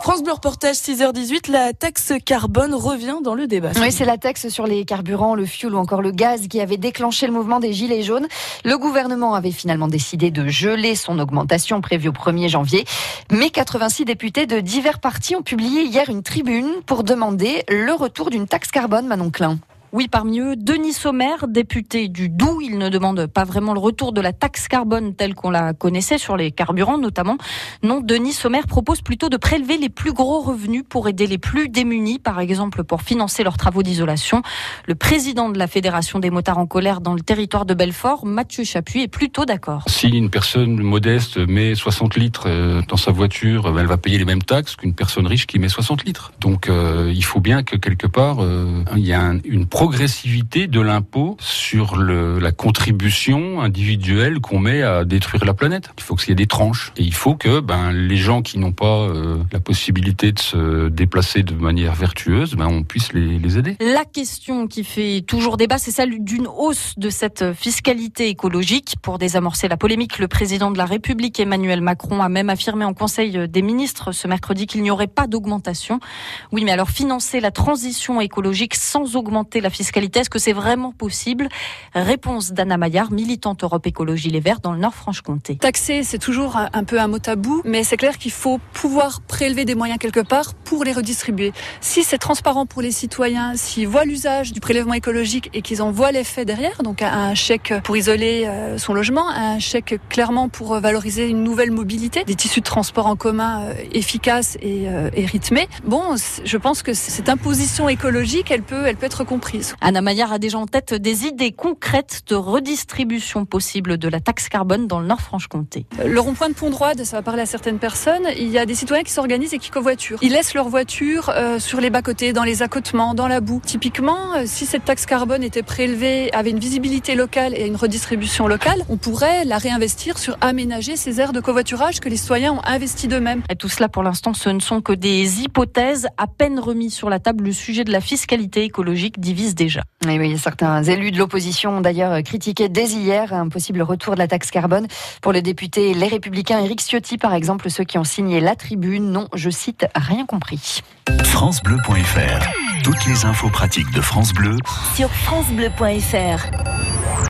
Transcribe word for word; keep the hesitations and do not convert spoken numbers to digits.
France Bleu Reportage six heures dix-huit, la taxe carbone revient dans le débat. Oui, c'est la taxe sur les carburants, le fioul ou encore le gaz qui avait déclenché le mouvement des Gilets jaunes. Le gouvernement avait finalement décidé de geler son augmentation prévue au premier janvier. Mais quatre-vingt-six députés de divers partis ont publié hier une tribune pour demander le retour d'une taxe carbone, Manon Klein. Oui, parmi eux, Denis Sommer, député du Doubs. Il ne demande pas vraiment le retour de la taxe carbone telle qu'on la connaissait sur les carburants notamment. Non, Denis Sommer propose plutôt de prélever les plus gros revenus pour aider les plus démunis, par exemple pour financer leurs travaux d'isolation. Le président de la Fédération des motards en colère dans le territoire de Belfort, Mathieu Chapuis, est plutôt d'accord. Si une personne modeste met soixante litres dans sa voiture, elle va payer les mêmes taxes qu'une personne riche qui met soixante litres. Donc euh, il faut bien que quelque part, euh, il y a un, une progressivité de l'impôt sur le, la contribution individuelle qu'on met à détruire la planète. Il faut qu'il y ait des tranches. Et il faut que ben, les gens qui n'ont pas euh, la possibilité de se déplacer de manière vertueuse, ben, on puisse les, les aider. La question qui fait toujours débat, c'est celle d'une hausse de cette fiscalité écologique. Pour désamorcer la polémique, le président de la République, Emmanuel Macron, a même affirmé en Conseil des ministres ce mercredi qu'il n'y aurait pas d'augmentation. Oui, mais alors financer la transition écologique sans augmenter la fiscalité, est-ce que c'est vraiment possible ? Réponse d'Anna Maillard, militante Europe Écologie Les Verts dans le Nord-Franche-Comté. Taxer, c'est toujours un peu un mot tabou, mais c'est clair qu'il faut pouvoir prélever des moyens quelque part pour les redistribuer. Si c'est transparent pour les citoyens, s'ils voient l'usage du prélèvement écologique et qu'ils en voient l'effet derrière, donc un chèque pour isoler son logement, un chèque clairement pour valoriser une nouvelle mobilité, des tissus de transport en commun efficaces et, et rythmés, bon, je pense que cette imposition écologique, elle peut, elle peut être comprise. Anna Maillard a déjà en tête des idées concrètes de redistribution possible de la taxe carbone dans le Nord-Franche-Comté. Le rond-point de Pont-Droide, ça va parler à certaines personnes. Il y a des citoyens qui s'organisent et qui covoiturent. Ils laissent leur voiture euh, sur les bas-côtés, dans les accotements, dans la boue. Typiquement, euh, si cette taxe carbone était prélevée, avait une visibilité locale et une redistribution locale, on pourrait la réinvestir sur aménager ces aires de covoiturage que les citoyens ont investis d'eux-mêmes. Et tout cela, pour l'instant, ce ne sont que des hypothèses à peine remises sur la table. Le sujet de la fiscalité écologique divise déjà. Et oui, certains élus de l'opposition ont d'ailleurs critiqué dès hier un possible retour de la taxe carbone. Pour le député Les Républicains, Éric Ciotti, par exemple, ceux qui ont signé la tribune n'ont, je cite, rien compris. francebleu point fr. Toutes les infos pratiques de France Bleu sur francebleu point fr.